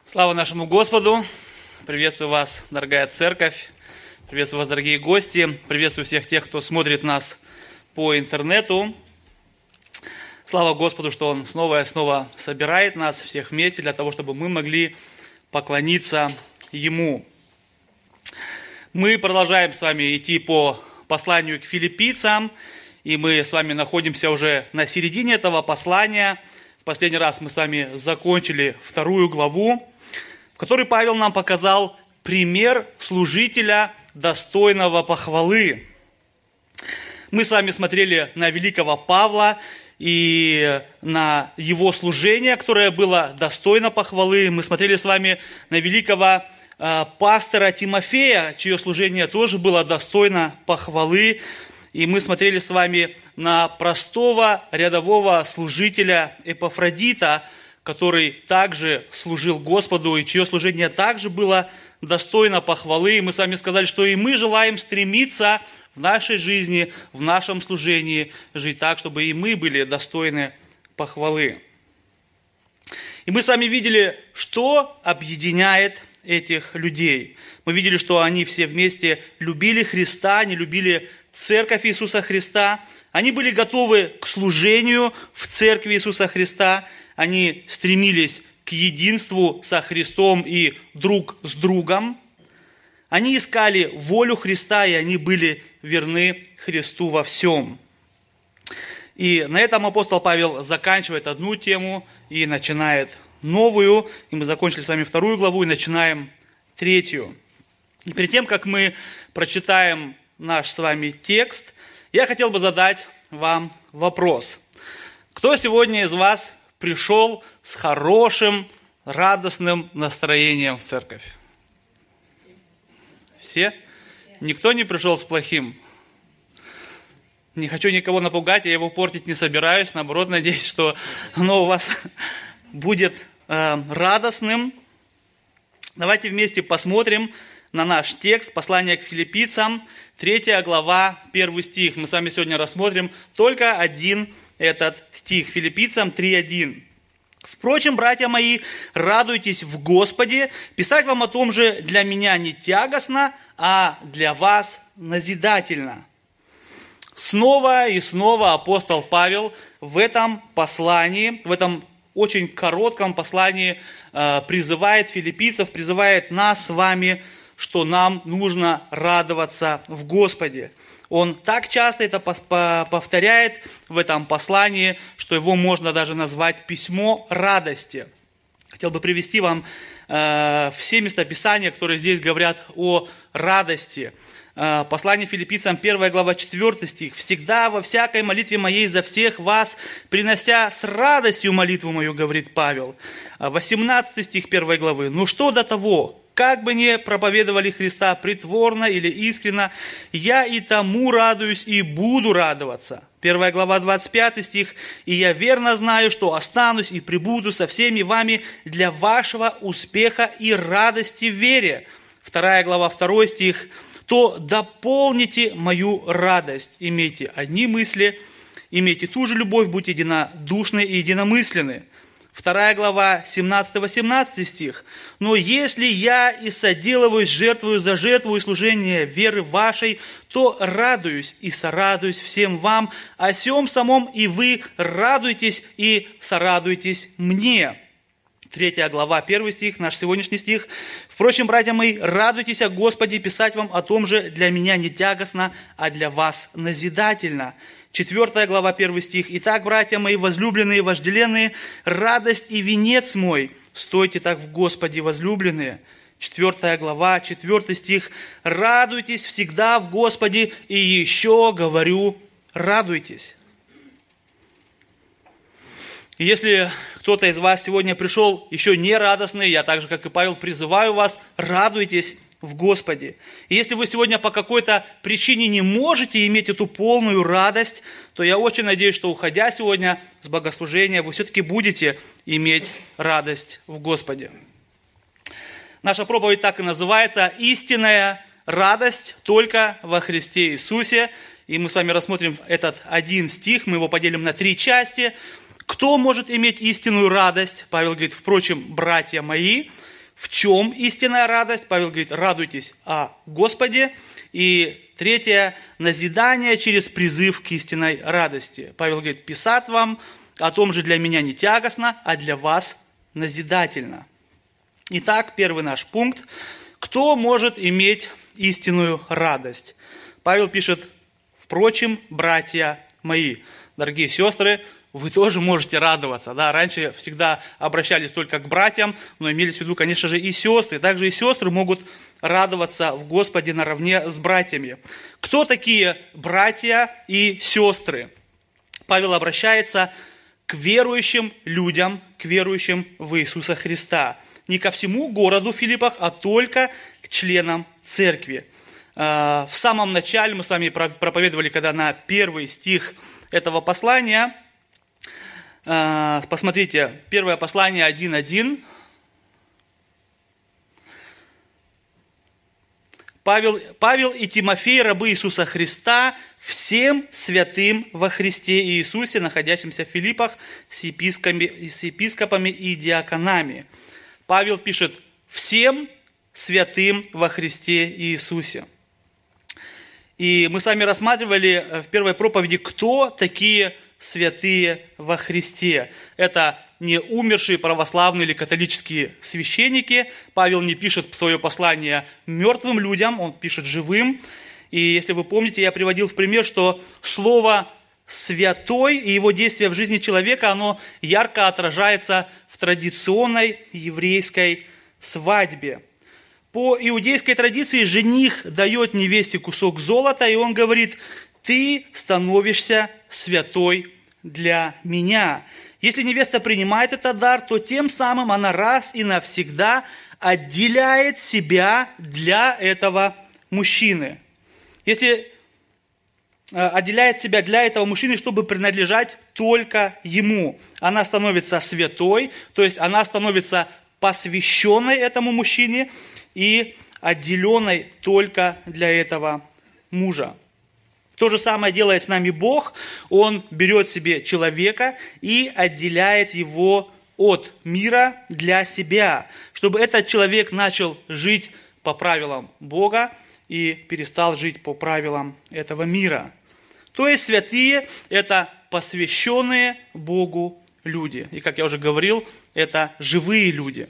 Слава нашему Господу! Приветствую вас, дорогая церковь! Приветствую вас, дорогие гости! Приветствую всех тех, кто смотрит нас по интернету! Слава Господу, что Он снова и снова собирает нас всех вместе для того, чтобы мы могли поклониться Ему. Мы продолжаем с вами идти по посланию к филиппийцам, и мы с вами находимся уже на середине этого послания. В последний раз мы с вами закончили 2 главу, в которой Павел нам показал пример служителя, достойного похвалы. Мы с вами смотрели на великого Павла и на его служение, которое было достойно похвалы. Мы смотрели с вами на великого пастора Тимофея, чье служение тоже было достойно похвалы. И мы смотрели с вами на простого рядового служителя Эпафродита, который также служил Господу, и чье служение также было достойно похвалы. И мы с вами сказали, что и мы желаем стремиться в нашей жизни, в нашем служении жить так, чтобы и мы были достойны похвалы. И мы с вами видели, что объединяет этих людей. Мы видели, что они все вместе любили Христа, они любили Церковь Иисуса Христа, они были готовы к служению в Церкви Иисуса Христа, они стремились к единству со Христом и друг с другом, они искали волю Христа, и они были верны Христу во всем. И на этом апостол Павел заканчивает одну тему и начинает новую, и мы закончили с вами 2 главу и начинаем 3. И перед тем, как мы прочитаем наш с вами текст, я хотел бы задать вам вопрос. Кто сегодня из вас пришел с хорошим, радостным настроением в церковь? Все? Никто не пришел с плохим? Не хочу никого напугать, я его портить не собираюсь. Наоборот, надеюсь, что оно у вас будет радостным. Давайте вместе посмотрим на наш текст, послание к филиппийцам, 3 глава, 1 стих. Мы с вами сегодня рассмотрим только один этот стих. Филиппийцам 3:1. «Впрочем, братья мои, радуйтесь в Господе. Писать вам о том же для меня не тягостно, а для вас назидательно». Снова и снова апостол Павел в этом послании, в этом очень коротком послании призывает филиппийцев, призывает нас с вами, что нам нужно радоваться в Господе. Он так часто это повторяет в этом послании, что его можно даже назвать письмо радости. Хотел бы привести вам все местописания, которые здесь говорят о радости. Послание филиппийцам, 1 глава, 4 стих. «Всегда во всякой молитве моей за всех вас, принося с радостью молитву мою, говорит Павел». 18 стих 1 главы. «Ну что до того, как бы ни проповедовали Христа притворно или искренно, я и тому радуюсь и буду радоваться». 1 глава, 25 стих. «И я верно знаю, что останусь и пребуду со всеми вами для вашего успеха и радости в вере». 2 глава, 2 стих. «То дополните мою радость, имейте одни мысли, имейте ту же любовь, будьте единодушны и единомысленны». 2 глава, 17-18 стих. «Но если я и соделываюсь жертвою за жертву и служение веры вашей, то радуюсь и сорадуюсь всем вам, о сем самом и вы радуйтесь и сорадуйтесь мне». 3 глава, 1 стих, наш сегодняшний стих. «Впрочем, братья мои, радуйтесь о Господе, писать вам о том же для меня не тягостно, а для вас назидательно». 4 глава, 1 стих. «Итак, братья мои, возлюбленные, вожделенные, радость и венец мой, стойте так в Господе, возлюбленные». 4 глава, 4 стих. «Радуйтесь всегда в Господе, и еще говорю, радуйтесь». И если кто-то из вас сегодня пришел еще не радостный, я так же, как и Павел, призываю вас, радуйтесь в Господе. И если вы сегодня по какой-то причине не можете иметь эту полную радость, то я очень надеюсь, что уходя сегодня с богослужения, вы все-таки будете иметь радость в Господе. Наша проповедь так и называется «Истинная радость только во Христе Иисусе». И мы с вами рассмотрим этот один стих, мы его поделим на 3 части. Кто может иметь истинную радость? Павел говорит, впрочем, братья мои. в чем истинная радость? Павел говорит, радуйтесь о Господе. И третье, назидание через призыв к истинной радости. Павел говорит, писать вам о том же для меня не тягостно, а для вас назидательно. Итак, первый наш пункт. Кто может иметь истинную радость? Павел пишет, впрочем, братья мои, дорогие сестры, вы тоже можете радоваться. Да? Раньше всегда обращались только к братьям, но имелись в виду, конечно же, и сестры. Также и сестры могут радоваться в Господе наравне с братьями. Кто такие братья и сестры? Павел обращается к верующим людям, к верующим в Иисуса Христа. Не ко всему городу Филиппах, а только к членам церкви. В самом начале мы с вами проповедовали, когда на первый стих этого послания. Посмотрите, первое послание 1:1. Павел и Тимофей, рабы Иисуса Христа, всем святым во Христе Иисусе, находящимся в Филиппах, с епископами и диаконами. Павел пишет всем святым во Христе Иисусе. И мы с вами рассматривали в первой проповеди, кто такие святые во Христе. Это не умершие православные или католические священники. Павел не пишет свое послание мертвым людям, он пишет живым. И если вы помните, я приводил в пример, что слово «святой» и его действие в жизни человека, оно ярко отражается в традиционной еврейской свадьбе. По иудейской традиции жених дает невесте кусок золота, и он говорит: «Ты становишься святой для меня». Если невеста принимает этот дар, то тем самым она раз и навсегда отделяет себя для этого мужчины. Если отделяет себя для этого мужчины, чтобы принадлежать только ему, она становится святой, то есть она становится посвященной этому мужчине и отделенной только для этого мужа. То же самое делает с нами Бог. Он берет себе человека и отделяет его от мира для себя, чтобы этот человек начал жить по правилам Бога и перестал жить по правилам этого мира. То есть святые – это посвященные Богу люди. И, как я уже говорил, это живые люди.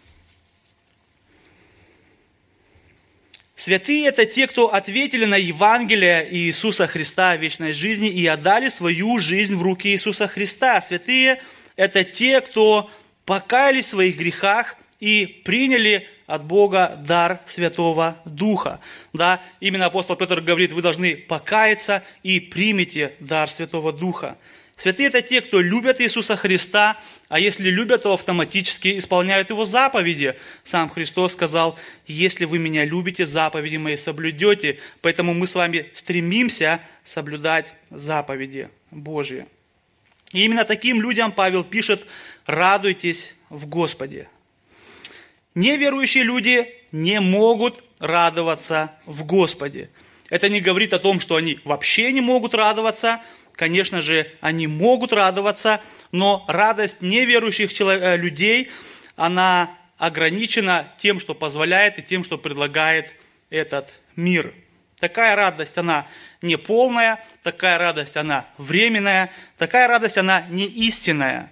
Святые – это те, кто ответили на Евангелие Иисуса Христа о вечной жизни и отдали свою жизнь в руки Иисуса Христа. Святые – это те, кто покаялись в своих грехах и приняли от Бога дар Святого Духа. Да, именно апостол Петр говорит, вы должны покаяться и примите дар Святого Духа. Святые – это те, кто любят Иисуса Христа, а если любят, то автоматически исполняют Его заповеди. Сам Христос сказал: «Если вы Меня любите, заповеди Мои соблюдете». Поэтому мы с вами стремимся соблюдать заповеди Божьи. И именно таким людям Павел пишет: «Радуйтесь в Господе». Неверующие люди не могут радоваться в Господе. Это не говорит о том, что они вообще не могут радоваться. Конечно же, они могут радоваться, но радость неверующих людей, она ограничена тем, что позволяет, и тем, что предлагает этот мир. Такая радость, она не полная, такая радость, она временная, такая радость, она не истинная.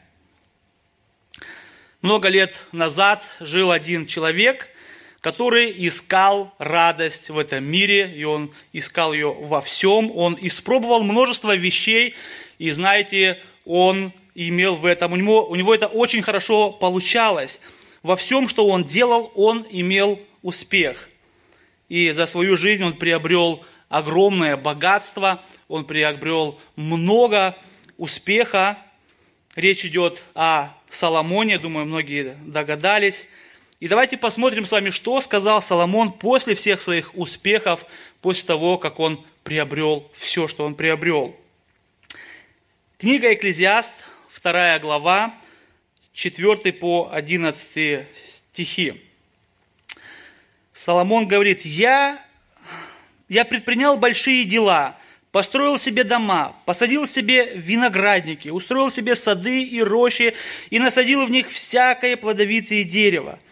Много лет назад жил один человек, который искал радость в этом мире, и он искал ее во всем. Он испробовал множество вещей, и знаете, он имел в этом, у него это очень хорошо получалось. Во всем, что он делал, он имел успех. И за свою жизнь он приобрел огромное богатство, он приобрел много успеха. Речь идет о Соломоне, думаю, многие догадались. И давайте посмотрим с вами, что сказал Соломон после всех своих успехов, после того, как он приобрел все, что он приобрел. Книга Экклезиаст, 2 глава, 4 по 11 стихи. Соломон говорит: «Я предпринял большие дела, построил себе дома, посадил себе виноградники, устроил себе сады и рощи и насадил в них всякое плодовитое дерево.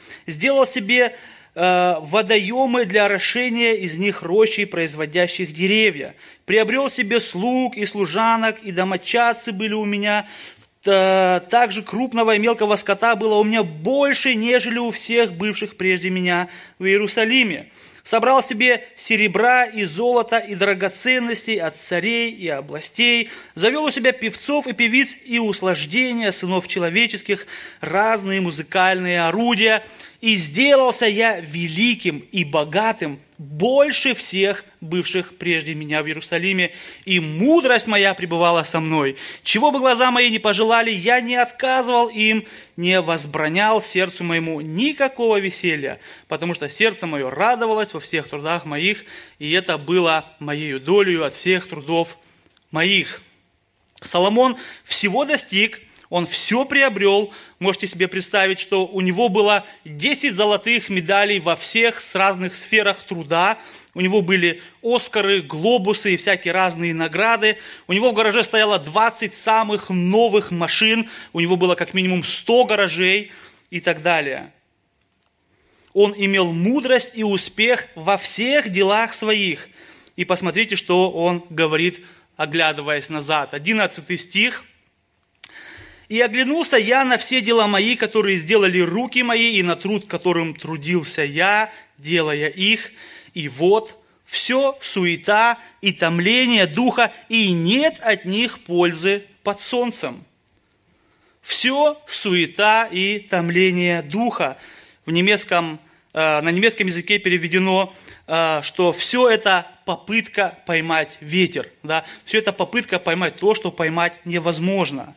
сделал себе водоемы для орошения из них рощей, производящих деревья. Приобрел себе слуг и служанок, и домочадцы были у меня. Также крупного и мелкого скота было у меня больше, нежели у всех бывших прежде меня в Иерусалиме. Собрал себе серебра и золота и драгоценностей от царей и областей. Завел у себя певцов и певиц и услаждения сынов человеческих, разные музыкальные орудия. И сделался я великим и богатым, больше всех бывших прежде меня в Иерусалиме. И мудрость моя пребывала со мной. Чего бы глаза мои не пожелали, я не отказывал им, не возбранял сердцу моему никакого веселья, потому что сердце мое радовалось во всех трудах моих, и это было моею долею от всех трудов моих. Соломон всего достиг, он все приобрел. Можете себе представить, что у него было 10 золотых медалей во всех разных сферах труда. У него были Оскары, глобусы и всякие разные награды. У него в гараже стояло 20 самых новых машин. У него было как минимум 100 гаражей и так далее. Он имел мудрость и успех во всех делах своих. И посмотрите, что он говорит, оглядываясь назад. 11 стих. «И оглянулся я на все дела мои, которые сделали руки мои, и на труд, которым трудился я, делая их. И вот все суета и томление духа, и нет от них пользы под солнцем». Все суета и томление духа. На немецком языке переведено, что все это попытка поймать ветер. Да? Все это попытка поймать то, что поймать невозможно.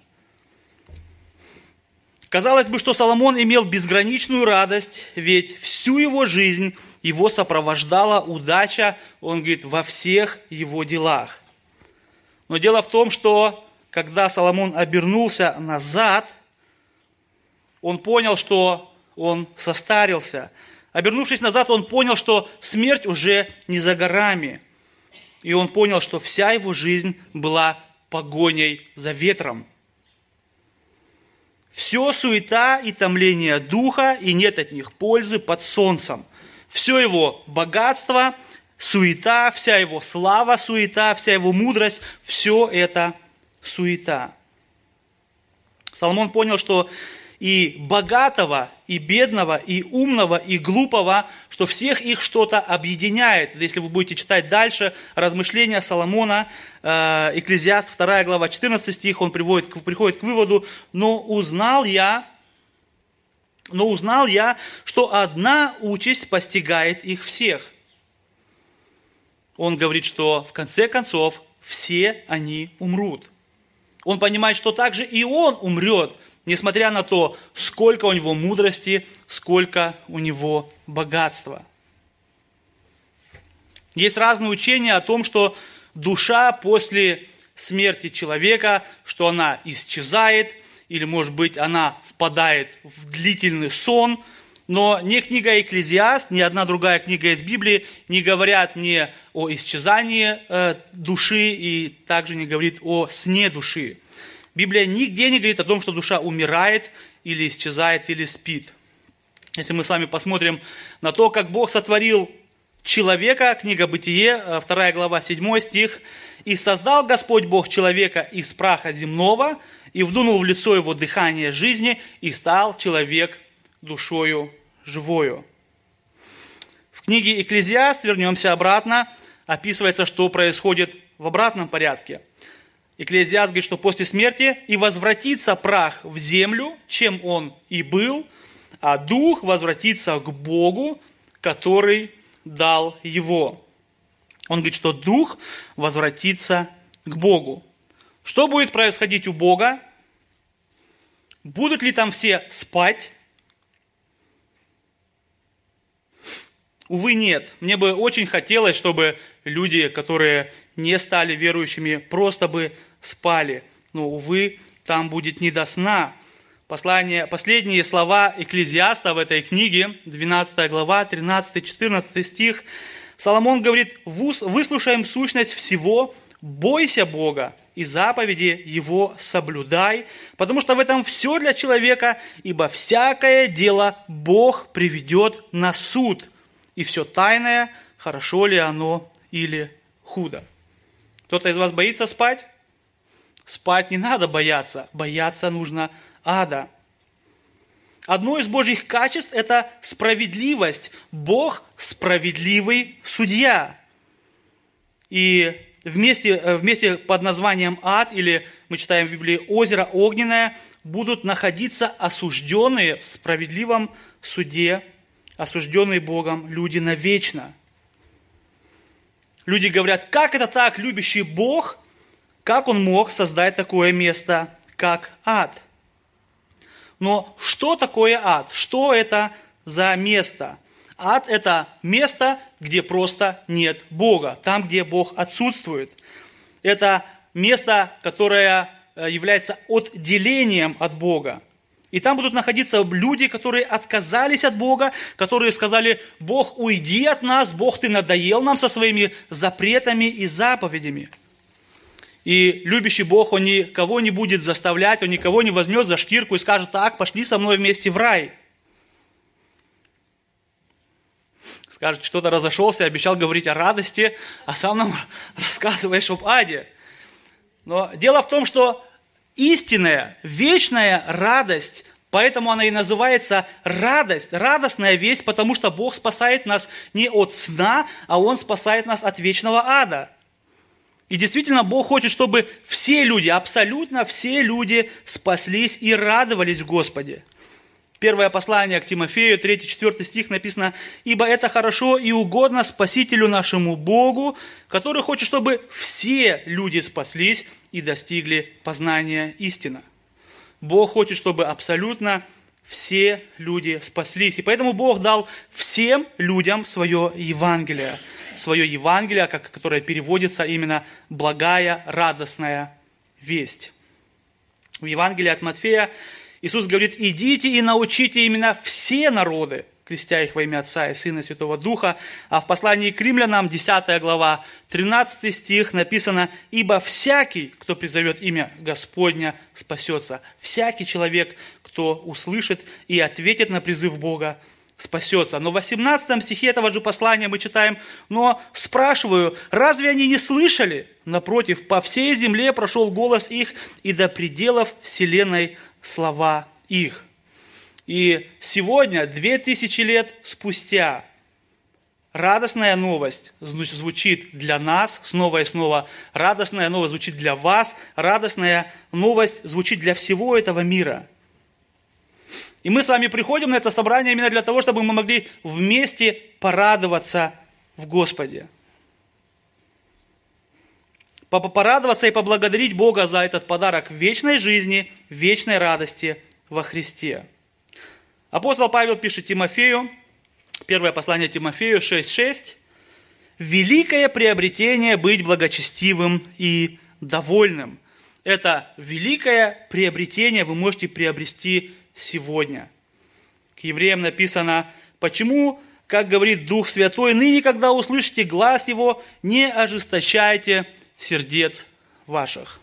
Казалось бы, что Соломон имел безграничную радость, ведь всю его жизнь его сопровождала удача, он говорит, во всех его делах. Но дело в том, что когда Соломон обернулся назад, он понял, что он состарился. Обернувшись назад, он понял, что смерть уже не за горами. И он понял, что вся его жизнь была погоней за ветром. Все суета и томление духа, и нет от них пользы под солнцем. Все его богатство, суета, вся его слава, суета, вся его мудрость, все это суета. Соломон понял, что и богатого, и бедного, и умного, и глупого, что всех их что-то объединяет. Если вы будете читать дальше размышления Соломона, Экклезиаст 2 глава 14 стих, он приходит к выводу, но узнал я, что одна участь постигает их всех. Он говорит, что в конце концов все они умрут. Он понимает, что также и он умрет, несмотря на то, сколько у него мудрости, сколько у него богатства. Есть разные учения о том, что душа после смерти человека, что она исчезает, или, может быть, она впадает в длительный сон, но ни книга Экклезиаст, ни одна другая книга из Библии не говорят ни о исчезании души и также не говорит о сне души. Библия нигде не говорит о том, что душа умирает или исчезает, или спит. Если мы с вами посмотрим на то, как Бог сотворил человека, книга Бытие, 2 глава, 7 стих, «И создал Господь Бог человека из праха земного, и вдунул в лицо его дыхание жизни, и стал человек душою живою». В книге Экклезиаст, вернемся обратно, описывается, что происходит в обратном порядке. Экклезиаст говорит, что после смерти и возвратится прах в землю, чем он и был, а дух возвратится к Богу, который дал его. Он говорит, что дух возвратится к Богу. Что будет происходить у Бога? Будут ли там все спать? Увы, нет. Мне бы очень хотелось, чтобы люди, которые не стали верующими, просто бы спали. Но, увы, там будет не до сна. Последние слова Экклезиаста в этой книге, 12 глава, 13-14 стих. Соломон говорит, выслушаем сущность всего, бойся Бога и заповеди Его соблюдай, потому что в этом все для человека, ибо всякое дело Бог приведет на суд, и все тайное, хорошо ли оно или худо». Кто-то из вас боится спать? Спать не надо бояться, бояться нужно ада. Одно из Божьих качеств – это справедливость. Бог – справедливый судья. И вместе под названием ад, или мы читаем в Библии озеро огненное, будут находиться осужденные в справедливом суде, осужденные Богом люди навечно. Люди говорят: как это так, любящий Бог, как Он мог создать такое место, как ад? Но что такое ад? Что это за место? Ад – это место, где просто нет Бога, там, где Бог отсутствует. Это место, которое является отделением от Бога. И там будут находиться люди, которые отказались от Бога, которые сказали: «Бог, уйди от нас, Бог, ты надоел нам со своими запретами и заповедями». И любящий Бог, Он никого не будет заставлять, Он никого не возьмет за шкирку и скажет: «Так, пошли со мной вместе в рай». Скажет: что-то разошелся, обещал говорить о радости, а сам нам рассказываешь об аде. Но дело в том, что истинная, вечная радость, поэтому она и называется радость, радостная весть, потому что Бог спасает нас не от сна, а Он спасает нас от вечного ада. И действительно, Бог хочет, чтобы все люди, абсолютно все люди спаслись и радовались в Господе. Первое послание к Тимофею, 3-4 стих написано: «Ибо это хорошо и угодно Спасителю нашему Богу, который хочет, чтобы все люди спаслись и достигли познания истины». Бог хочет, чтобы абсолютно все люди спаслись. И поэтому Бог дал всем людям свое Евангелие, которое переводится именно «благая, радостная весть». В Евангелии от Матфея Иисус говорит: «Идите и научите именно все народы, крестя их во имя Отца и Сына и Святого Духа». А в послании к Римлянам, 10 глава, 13 стих написано: «Ибо всякий, кто призовет имя Господня, спасется». Всякий человек, кто услышит и ответит на призыв Бога, спасется. Но в 18 стихе этого же послания мы читаем: «Но спрашиваю, разве они не слышали? Напротив, по всей земле прошел голос их, и до пределов вселенной слова их». И сегодня, 2000 лет спустя, радостная новость звучит для нас снова и снова, радостная новость звучит для вас, радостная новость звучит для всего этого мира. И мы с вами приходим на это собрание именно для того, чтобы мы могли вместе порадоваться в Господе. Порадоваться и поблагодарить Бога за этот подарок вечной жизни, вечной радости во Христе. Апостол Павел пишет Тимофею, первое послание Тимофею 6:6: «Великое приобретение быть благочестивым и довольным». Это великое приобретение вы можете приобрести сегодня. К евреям написано: «Почему, как говорит Дух Святой, ныне, когда услышите глас Его, не ожесточайте сердец ваших».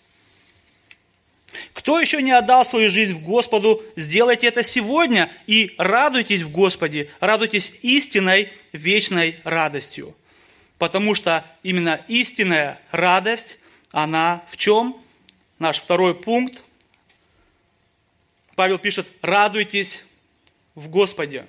Кто еще не отдал свою жизнь в Господу, сделайте это сегодня и радуйтесь в Господе, радуйтесь истинной вечной радостью. Потому что именно истинная радость, она в чем? Наш второй пункт. Павел пишет: радуйтесь в Господе.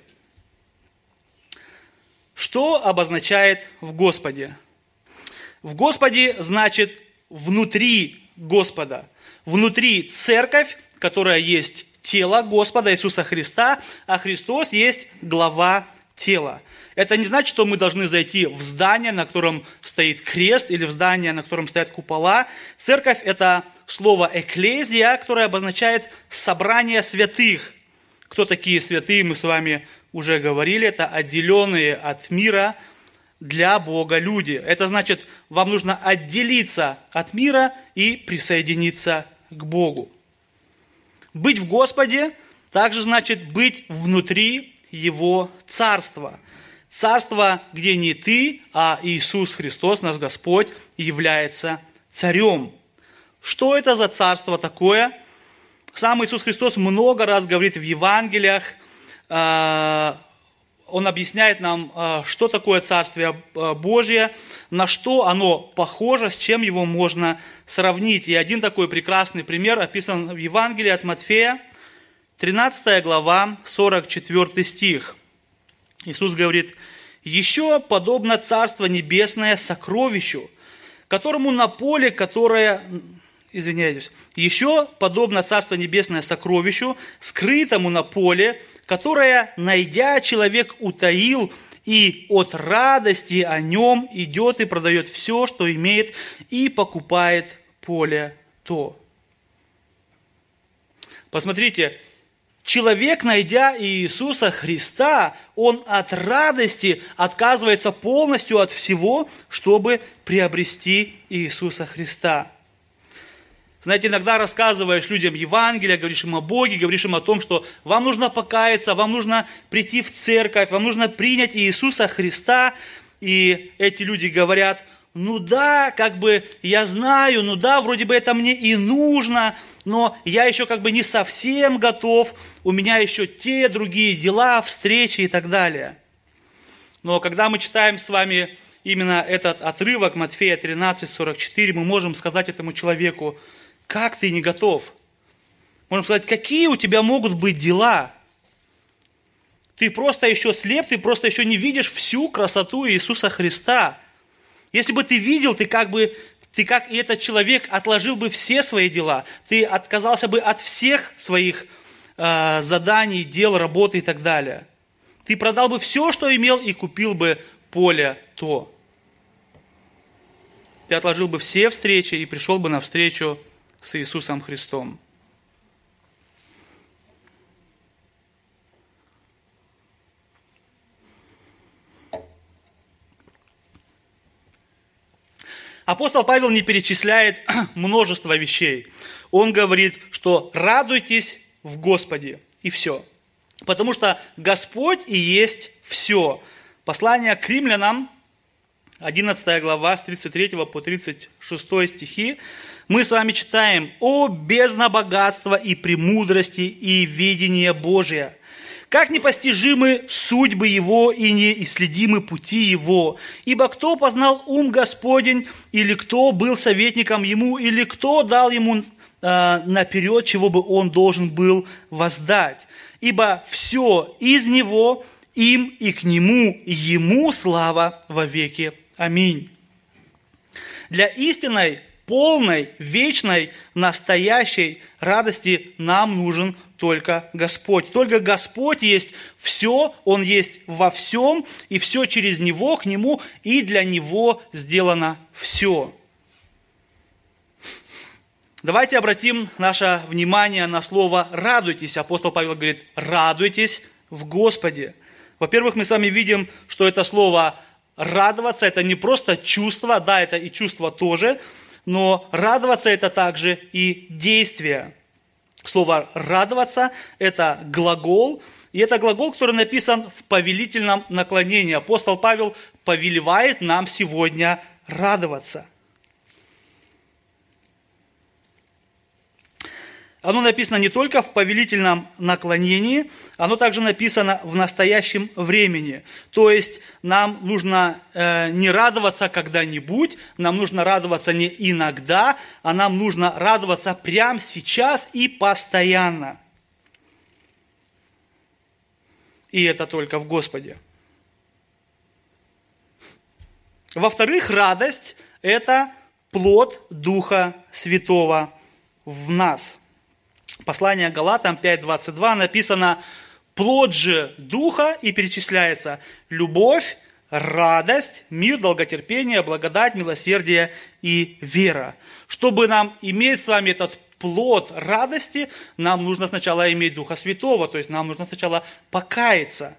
Что обозначает в Господе? В Господе значит внутри Господа. Внутри церковь, которая есть тело Господа Иисуса Христа, а Христос есть глава тела. Это не значит, что мы должны зайти в здание, на котором стоит крест, или в здание, на котором стоят купола. Церковь – это слово «экклезия», которое обозначает собрание святых. Кто такие святые, мы с вами уже говорили. Это отделенные от мира для Бога люди. Это значит, вам нужно отделиться от мира и присоединиться к Богу. Быть в Господе также значит быть внутри Его Царства. Царство, где не ты, а Иисус Христос, наш Господь, является царем. Что это за царство такое? Сам Иисус Христос много раз говорит в Евангелиях, Он объясняет нам, что такое Царствие Божие, на что оно похоже, с чем его можно сравнить. И один такой прекрасный пример описан в Евангелии от Матфея, 13 глава, 44 стих. Иисус говорит: «Еще подобно Царство Небесное сокровищу, которому на поле, еще подобно Царство Небесное сокровищу, скрытому на поле, которое, найдя, человек утаил, и от радости о нем идет и продает все, что имеет, и покупает поле то». Посмотрите, человек, найдя Иисуса Христа, он от радости отказывается полностью от всего, чтобы приобрести Иисуса Христа. Знаете, иногда рассказываешь людям Евангелие, говоришь им о Боге, говоришь им о том, что вам нужно покаяться, вам нужно прийти в церковь, вам нужно принять Иисуса Христа. И эти люди говорят: ну да, как бы я знаю, ну да, вроде бы это мне и нужно, но я еще как бы не совсем готов, у меня еще те другие дела, встречи и так далее. Но когда мы читаем с вами именно этот отрывок Матфея 13:44, мы можем сказать этому человеку: как ты не готов? Можем сказать: какие у тебя могут быть дела? Ты просто еще слеп, ты просто еще не видишь всю красоту Иисуса Христа. Если бы ты видел, ты как и этот человек отложил бы все свои дела, ты отказался бы от всех своих заданий, дел, работы и так далее. Ты продал бы все, что имел, и купил бы поле то. Ты отложил бы все встречи и пришел бы на встречу с Иисусом Христом. Апостол Павел не перечисляет множество вещей. Он говорит, что радуйтесь в Господе, и все. Потому что Господь и есть все. Послание к римлянам, 11 глава, с 33 по 36 стихи, мы с вами читаем: «О бездна богатства и премудрости и видения Божия! Как непостижимы судьбы Его и неисследимы пути Его! Ибо кто познал ум Господень, или кто был советником Ему, или кто дал Ему наперед, чего бы Он должен был воздать? Ибо все из Него, им и к Нему, Ему слава во веки. Аминь». Для истинной, полной, вечной, настоящей радости нам нужен только Господь. Только Господь есть все, Он есть во всем, и все через Него, к Нему, и для Него сделано все. Давайте обратим наше внимание на слово «радуйтесь». Апостол Павел говорит: «Радуйтесь в Господе». Во-первых, мы с вами видим, что это слово «радоваться» – это не просто чувство, да, это и чувство тоже, но радоваться – это также и действие. Слово «радоваться» – это глагол, и это глагол, который написан в повелительном наклонении. Апостол Павел повелевает нам сегодня радоваться. Оно написано не только в повелительном наклонении, оно также написано в настоящем времени. То есть нам нужно не радоваться когда-нибудь, нам нужно радоваться не иногда, а нам нужно радоваться прямо сейчас и постоянно. И это только в Господе. Во-вторых, радость – это плод Духа Святого в нас. Послание Галатам 5:22 написано: «Плод же Духа», и перечисляется: любовь, радость, мир, долготерпение, благодать, милосердие и вера. Чтобы нам иметь с вами этот плод радости, нам нужно сначала иметь Духа Святого, то есть нам нужно сначала покаяться.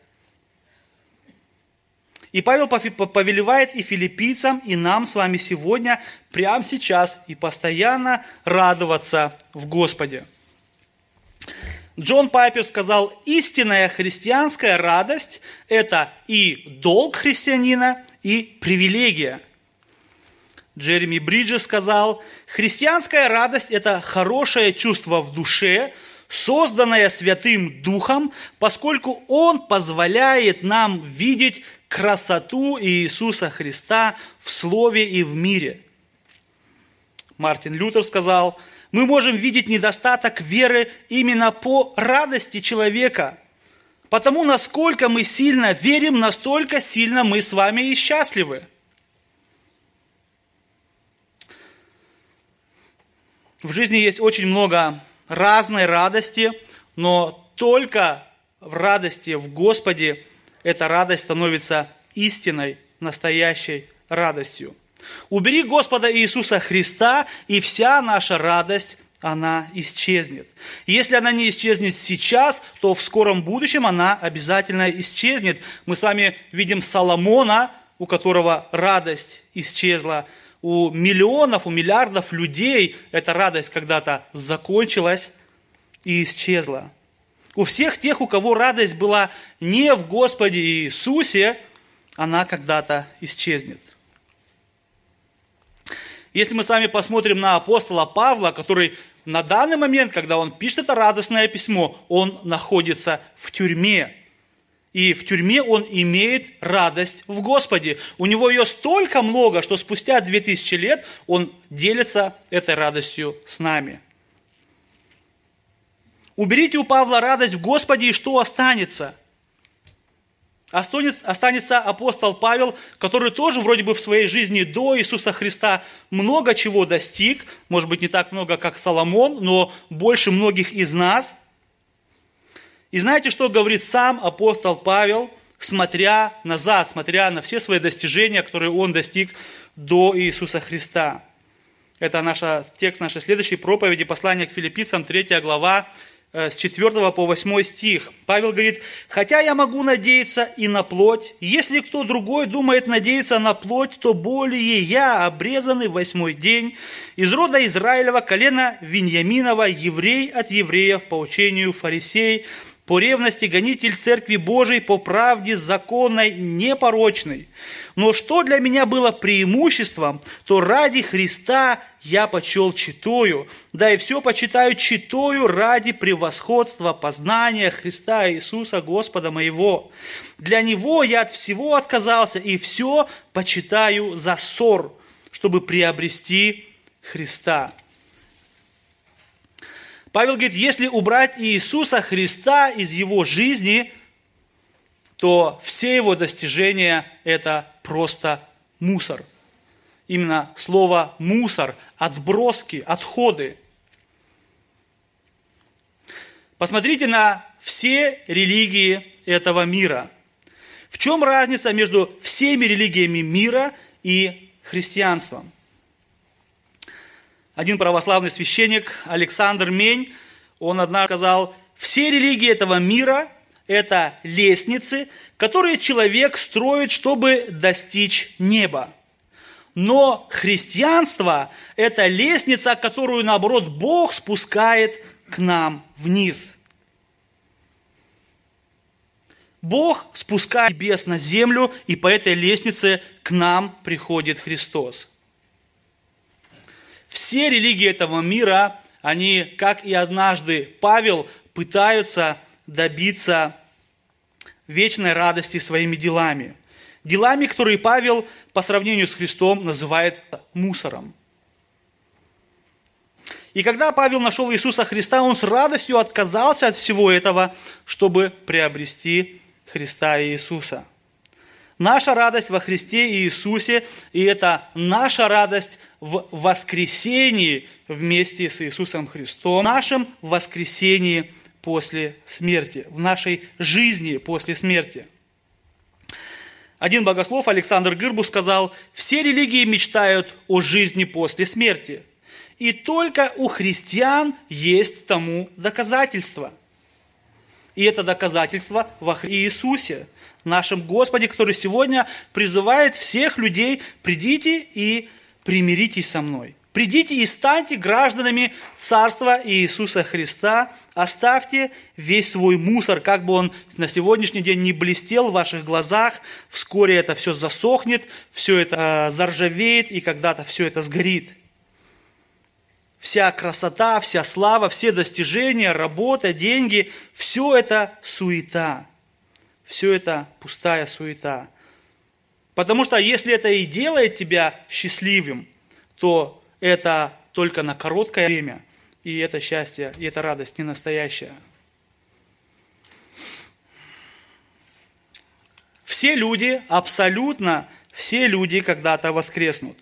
И Павел повелевает и филиппийцам, и нам с вами сегодня, прямо сейчас и постоянно радоваться в Господе. Джон Пайпер сказал, истинная христианская радость – это и долг христианина, и привилегия. Джереми Бриджес сказал, христианская радость – это хорошее чувство в душе, созданное Святым Духом, поскольку Он позволяет нам видеть красоту Иисуса Христа в Слове и в мире. Мартин Лютер сказал, мы можем видеть недостаток веры именно по радости человека. Потому, насколько мы сильно верим, настолько сильно мы с вами и счастливы. В жизни есть очень много разной радости, но только в радости в Господе эта радость становится истинной, настоящей радостью. Убери Господа Иисуса Христа, и вся наша радость, она исчезнет. Если она не исчезнет сейчас, то в скором будущем она обязательно исчезнет. Мы с вами видим Соломона, у которого радость исчезла. У миллионов, у миллиардов людей эта радость когда-то закончилась и исчезла. У всех тех, у кого радость была не в Господе Иисусе, она когда-то исчезнет. Если мы с вами посмотрим на апостола Павла, который на данный момент, когда он пишет это радостное письмо, он находится в тюрьме. И в тюрьме он имеет радость в Господе. У него ее столько много, что спустя 2000 лет он делится этой радостью с нами. Уберите у Павла радость в Господе, и что останется? Останется апостол Павел, который тоже вроде бы в своей жизни до Иисуса Христа много чего достиг, может быть, не так много, как Соломон, но больше многих из нас. И знаете, что говорит сам апостол Павел, смотря назад, смотря на все свои достижения, которые он достиг до Иисуса Христа? Это текст нашей следующей проповеди, послание к Филиппийцам, 3 глава, с 4 по 8 стих. Павел говорит, «Хотя я могу надеяться и на плоть, если кто другой думает надеяться на плоть, то более я, обрезанный в 8-й день, из рода Израилева, колена Виньяминова, еврей от евреев, по учению фарисей, по ревности гонитель Церкви Божией, по правде законной, непорочной. Но что для меня было преимуществом, то ради Христа я почел читаю, да и все почитаю читаю ради превосходства познания Христа Иисуса Господа моего. Для Него я от всего отказался, и все почитаю за ссор, чтобы приобрести Христа». Павел говорит, если убрать Иисуса Христа из его жизни, то все его достижения – это просто мусор. Именно слово «мусор», отброски, отходы. Посмотрите на все религии этого мира. В чем разница между всеми религиями мира и христианством? Один православный священник, Александр Мень, он однажды сказал, все религии этого мира – это лестницы, которые человек строит, чтобы достичь неба. Но христианство – это лестница, которую, наоборот, Бог спускает к нам вниз. Бог спускает небес на землю, и по этой лестнице к нам приходит Христос. Все религии этого мира, они, как и однажды Павел, пытаются добиться вечной радости своими делами. Делами, которые Павел по сравнению с Христом называет мусором. И когда Павел нашел Иисуса Христа, он с радостью отказался от всего этого, чтобы приобрести Христа и Иисуса. Наша радость во Христе и Иисусе, и это наша радость в воскресении вместе с Иисусом Христом, в нашем воскресении после смерти, в нашей жизни после смерти. Один богослов, Александр Гырбус, сказал, все религии мечтают о жизни после смерти, и только у христиан есть тому доказательство. И это доказательство во Иисусе, нашем Господе, который сегодня призывает всех людей, придите и примиритесь со мной. Придите и станьте гражданами Царства Иисуса Христа, оставьте весь свой мусор, как бы он на сегодняшний день не блестел в ваших глазах, вскоре это все засохнет, все это заржавеет, и когда-то все это сгорит. Вся красота, вся слава, все достижения, работа, деньги, все это суета. Все это пустая суета. Потому что если это и делает тебя счастливым, то это только на короткое время. И это счастье, и эта радость не настоящая. Все люди, абсолютно все люди когда-то воскреснут.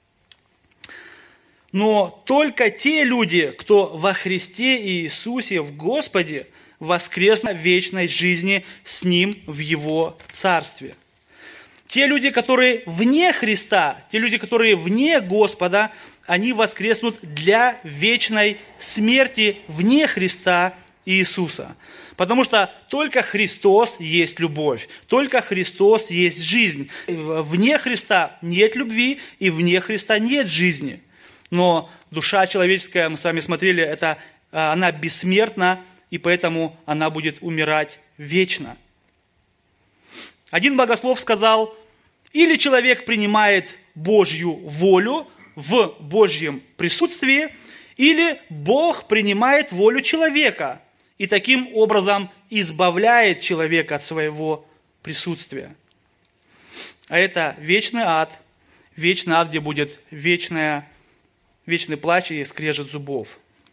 Но только те люди, кто во Христе Иисусе, в Господе, воскреснут в вечной жизни с Ним в Его Царстве. Те люди, которые вне Христа, те люди, которые вне Господа, они воскреснут для вечной смерти вне Христа Иисуса. Потому что только Христос есть любовь, только Христос есть жизнь. Вне Христа нет любви, и вне Христа нет жизни. Но душа человеческая, мы с вами смотрели, она бессмертна, и поэтому она будет умирать вечно. Один богослов сказал: или человек принимает Божью волю в Божьем присутствии, или Бог принимает волю человека и таким образом избавляет человека от своего присутствия. А это вечный ад, где будет вечный плач и скрежет зубов.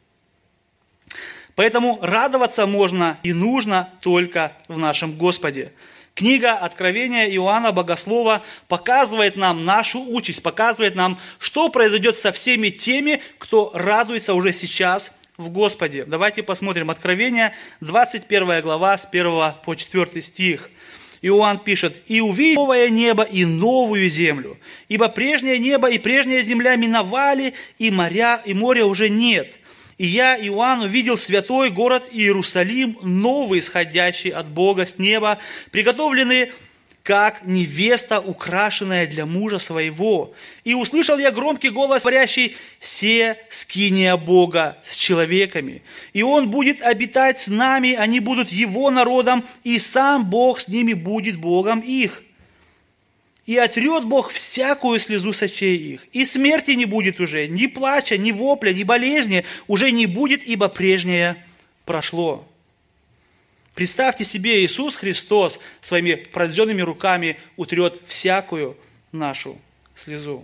Поэтому радоваться можно и нужно только в нашем Господе. Книга Откровения Иоанна Богослова показывает нам нашу участь, показывает нам, что произойдет со всеми теми, кто радуется уже сейчас в Господе. Давайте посмотрим. Откровение, 21 глава, с 1 по 4 стих. Иоанн пишет: «И увидел новое небо и новую землю, ибо прежнее небо и прежняя земля миновали, и моря уже нет. И я, Иоанн, увидел святой город Иерусалим, новый, исходящий от Бога с неба, приготовленный, как невеста, украшенная для мужа своего. И услышал я громкий голос, говорящий: се скиния Бога с человеками. И Он будет обитать с нами, они будут Его народом, и сам Бог с ними будет Богом их. И отрет Бог всякую слезу с очей их, и смерти не будет уже, ни плача, ни вопля, ни болезни уже не будет, ибо прежнее прошло». Представьте себе, Иисус Христос своими прожженными руками утрет всякую нашу слезу.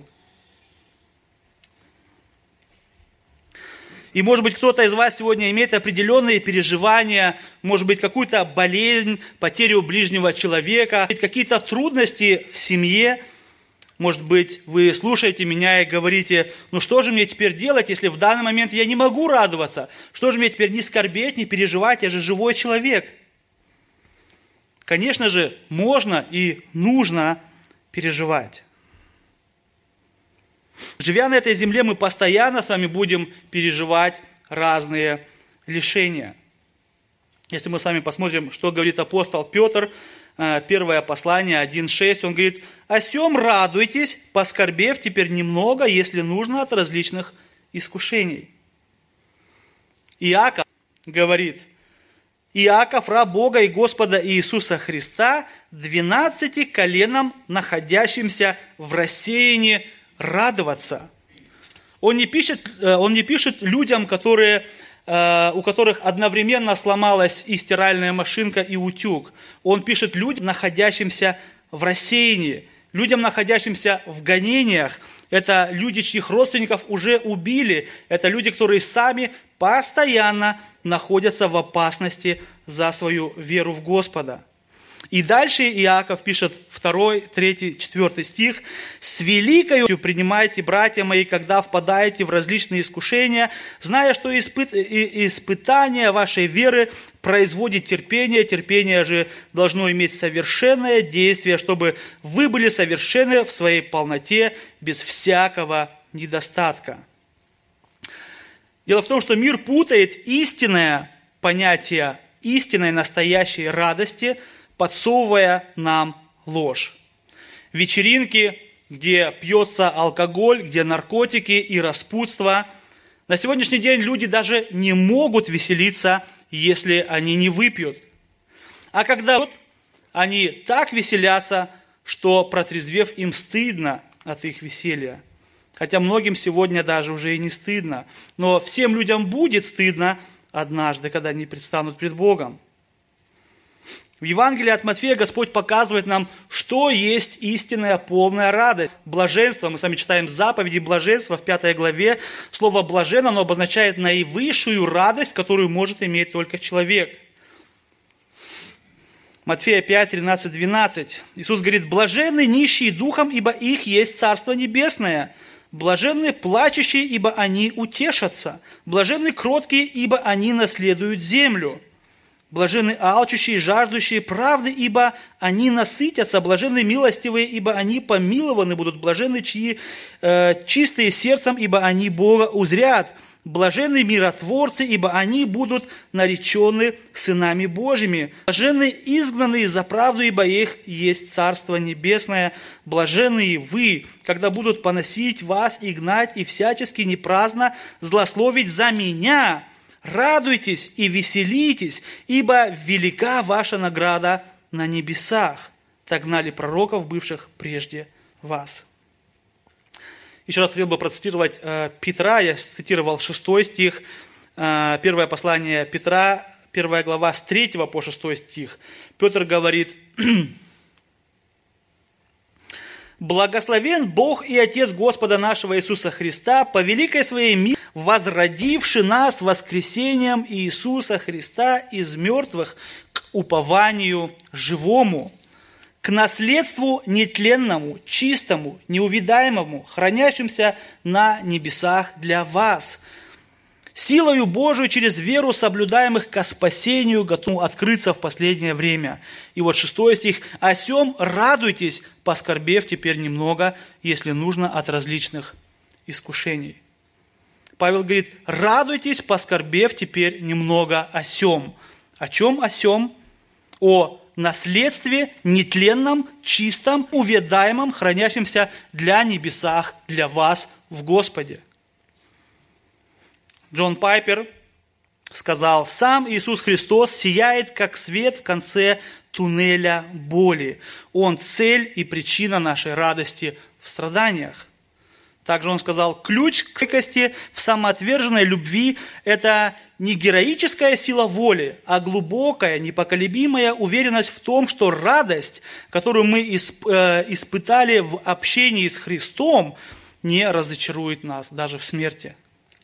И, может быть, кто-то из вас сегодня имеет определенные переживания, может быть, какую-то болезнь, потерю ближнего человека, какие-то трудности в семье. Может быть, вы слушаете меня и говорите: ну что же мне теперь делать, если в данный момент я не могу радоваться? Что же мне теперь не скорбеть, не переживать, я же живой человек? Конечно же, можно и нужно переживать. Живя на этой земле, мы постоянно с вами будем переживать разные лишения. Если мы с вами посмотрим, что говорит апостол Петр, первое послание 1:6, он говорит: «О сем радуйтесь, поскорбев теперь немного, если нужно, от различных искушений». Иаков говорит: «Иаков, раб Бога и Господа Иисуса Христа, 12 коленам, находящимся в рассеянии, радоваться». Он не пишет людям, у которых одновременно сломалась и стиральная машинка, и утюг. Он пишет людям, находящимся в рассеянии, людям, находящимся в гонениях. Это люди, чьих родственников уже убили. Это люди, которые сами постоянно находятся в опасности за свою веру в Господа. И дальше Иаков пишет 2, 3, 4 стих: «С великою принимайте, братья мои, когда впадаете в различные искушения, зная, что испытание вашей веры производит терпение, терпение же должно иметь совершенное действие, чтобы вы были совершенны в своей полноте, без всякого недостатка». Дело в том, что мир путает истинное понятие истинной настоящей радости, подсовывая нам ложь. Вечеринки, где пьется алкоголь, где наркотики и распутство. На сегодняшний день люди даже не могут веселиться, если они не выпьют. А когда они так веселятся, что, протрезвев, им стыдно от их веселья. Хотя многим сегодня даже уже и не стыдно. Но всем людям будет стыдно однажды, когда они предстанут пред Богом. В Евангелии от Матфея Господь показывает нам, что есть истинная полная радость. Блаженство, мы сами читаем заповеди блаженства в 5 главе. Слово «блажен», оно обозначает наивысшую радость, которую может иметь только человек. Матфея 5, 13, 12. Иисус говорит: «Блаженны нищие духом, ибо их есть Царство Небесное. Блаженны плачущие, ибо они утешатся. Блаженны кроткие, ибо они наследуют землю. Блаженны алчущие, жаждущие правды, ибо они насытятся. Блаженны милостивые, ибо они помилованы будут. Блаженны, чьи чистые сердцем, ибо они Бога узрят. Блаженны миротворцы, ибо они будут наречены сынами Божьими. Блаженны изгнанные за правду, ибо их есть Царство Небесное. Блаженные вы, когда будут поносить вас и гнать, и всячески непраздно злословить за меня. Радуйтесь и веселитесь, ибо велика ваша награда на небесах. Так гнали пророков, бывших прежде вас». Еще раз хотел бы процитировать Петра. Я цитировал 6 стих, первое послание Петра, 1 глава, с 3 по 6 стих. Петр говорит: «Благословен Бог и Отец Господа нашего Иисуса Христа, по великой своей милости, возродивший нас воскресением Иисуса Христа из мертвых к упованию живому, к наследству нетленному, чистому, неувидаемому, хранящимся на небесах для вас, силою Божию через веру соблюдаемых ко спасению, готовому открыться в последнее время». И вот 6 стих: «О сем радуйтесь, поскорбев теперь немного, если нужно, от различных искушений». Павел говорит: радуйтесь, поскорбев теперь немного о сем. О чем о сем? О наследстве нетленном, чистом, увядаемом, хранящемся для небесах, для вас в Господе. Джон Пайпер сказал: «Сам Иисус Христос сияет, как свет в конце туннеля боли. Он цель и причина нашей радости в страданиях». Также он сказал: «Ключ к стойкости в самоотверженной любви – это не героическая сила воли, а глубокая, непоколебимая уверенность в том, что радость, которую мы испытали в общении с Христом, не разочарует нас даже в смерти».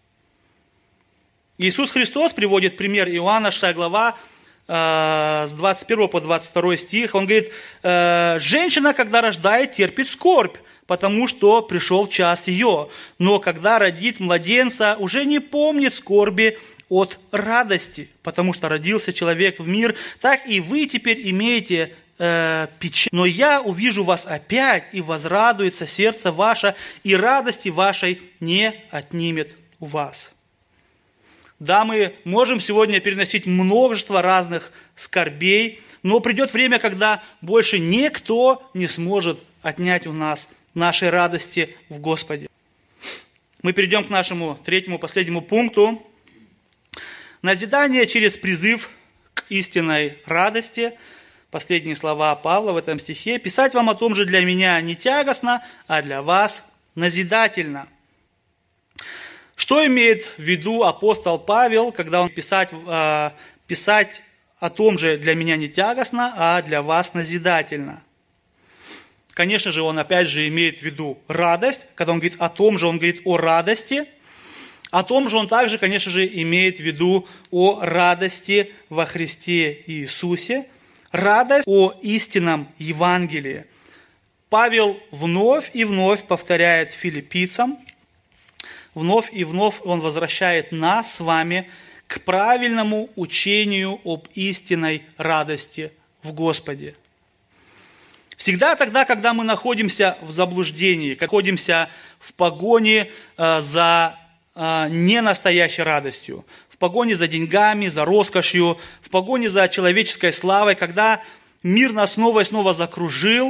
Иисус Христос приводит пример Иоанна, 6 глава, с 21 по 22 стих. Он говорит: «Женщина, когда рождает, терпит скорбь, потому что пришел час ее. Но когда родит младенца, уже не помнит скорби от радости, потому что родился человек в мир. Так и вы теперь имеете печаль. Но я увижу вас опять, и возрадуется сердце ваше, и радости вашей не отнимет у вас». Да, мы можем сегодня переносить множество разных скорбей, но придет время, когда больше никто не сможет отнять у нас нашей радости в Господе. Мы перейдем к нашему третьему, последнему пункту. Назидание через призыв к истинной радости. Последние слова Павла в этом стихе. «Писать вам о том же для меня не тягостно, а для вас назидательно». Что имеет в виду апостол Павел, когда он писать о том же для меня не тягостно, а для вас назидательно? Конечно же, он опять же имеет в виду радость. Когда он говорит о том же, он говорит о радости. О том же он также, конечно же, имеет в виду о радости во Христе Иисусе. Радость о истинном Евангелии. Павел вновь и вновь повторяет филиппийцам, вновь и вновь он возвращает нас с вами к правильному учению об истинной радости в Господе. Всегда тогда, когда мы находимся в заблуждении, находимся в погоне за ненастоящей радостью, в погоне за деньгами, за роскошью, в погоне за человеческой славой, когда мир нас снова и снова закружил,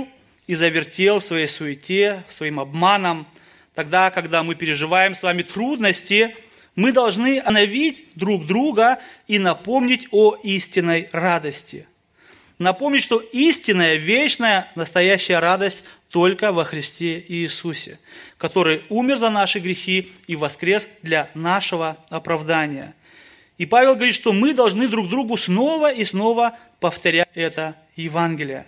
и завертел в своей суете, своим обманом. Тогда, когда мы переживаем с вами трудности, мы должны остановить друг друга и напомнить о истинной радости. Напомнить, что истинная, вечная, настоящая радость только во Христе Иисусе, который умер за наши грехи и воскрес для нашего оправдания. И Павел говорит, что мы должны друг другу снова и снова повторять это Евангелие.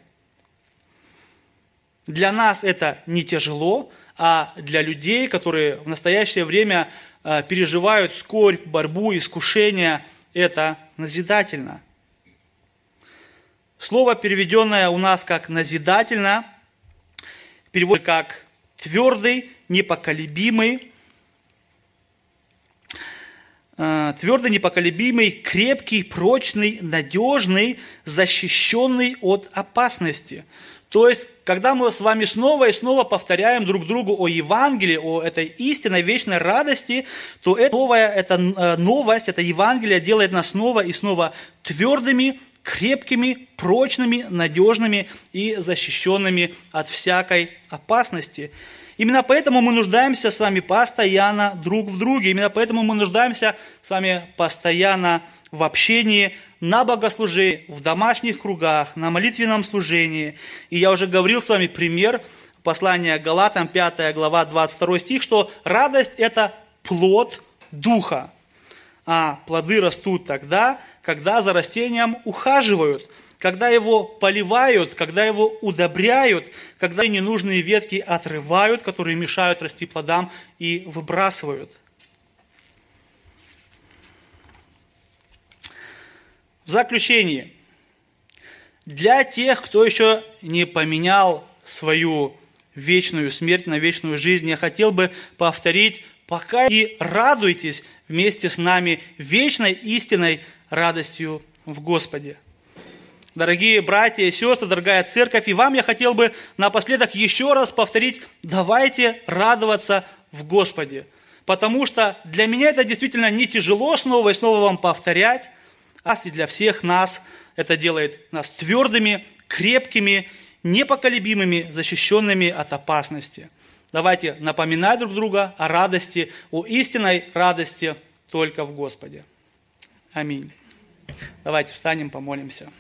Для нас это не тяжело, а для людей, которые в настоящее время переживают скорбь, борьбу, искушения, это назидательно. Слово, переведенное у нас как «назидательно», переводится как «твердый, непоколебимый», крепкий, прочный, надежный, защищенный от опасности. То есть, когда мы с вами снова и снова повторяем друг другу о Евангелии, о этой истинной вечной радости, то эта новость, это Евангелие делает нас снова и снова твердыми, крепкими, прочными, надежными и защищенными от всякой опасности. Именно поэтому мы нуждаемся с вами постоянно друг в друге. Именно поэтому мы нуждаемся с вами постоянно в общении, на богослужении, в домашних кругах, на молитвенном служении. И я уже говорил с вами пример послания Галатам, 5 глава, 22 стих, что радость – это плод Духа. А плоды растут тогда, когда за растением ухаживают, когда его поливают, когда его удобряют, когда ненужные ветки отрывают, которые мешают расти плодам, и выбрасывают. В заключение, для тех, кто еще не поменял свою вечную смерть на вечную жизнь, я хотел бы повторить: пока и радуйтесь вместе с нами вечной истинной радостью в Господе. Дорогие братья и сестры, дорогая церковь, и вам я хотел бы напоследок еще раз повторить: давайте радоваться в Господе. Потому что для меня это действительно не тяжело снова и снова вам повторять, а и для всех нас это делает нас твердыми, крепкими, непоколебимыми, защищенными от опасности. Давайте напоминать друг друга о радости, о истинной радости только в Господе. Аминь. Давайте встанем, помолимся.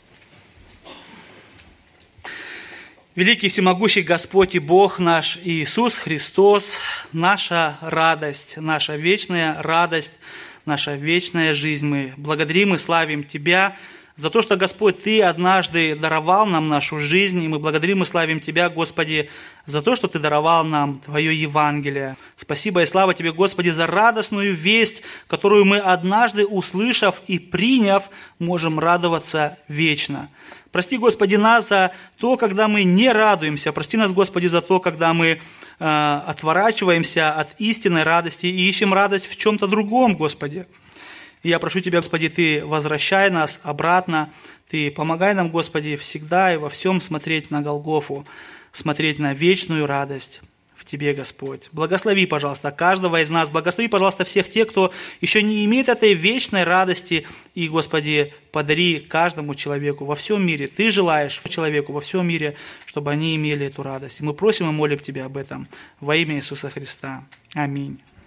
Великий всемогущий Господь и Бог наш Иисус Христос, наша радость, наша вечная радость, наша вечная жизнь. Мы благодарим и славим Тебя за то, что, Господь, Ты однажды даровал нам нашу жизнь, и мы благодарим и славим Тебя, Господи, за то, что Ты даровал нам Твое Евангелие. Спасибо и слава Тебе, Господи, за радостную весть, которую мы однажды, услышав и приняв, можем радоваться вечно. Прости, Господи, нас за то, когда мы не радуемся. Прости нас, Господи, за то, когда мы отворачиваемся от истинной радости и ищем радость в чем-то другом, Господи. И я прошу Тебя, Господи, Ты возвращай нас обратно, Ты помогай нам, Господи, всегда и во всем смотреть на Голгофу, смотреть на вечную радость в Тебе, Господь. Благослови, пожалуйста, каждого из нас, благослови, пожалуйста, всех тех, кто еще не имеет этой вечной радости, и, Господи, подари каждому человеку во всем мире. Ты желаешь человеку во всем мире, чтобы они имели эту радость. И мы просим и молим Тебя об этом во имя Иисуса Христа. Аминь.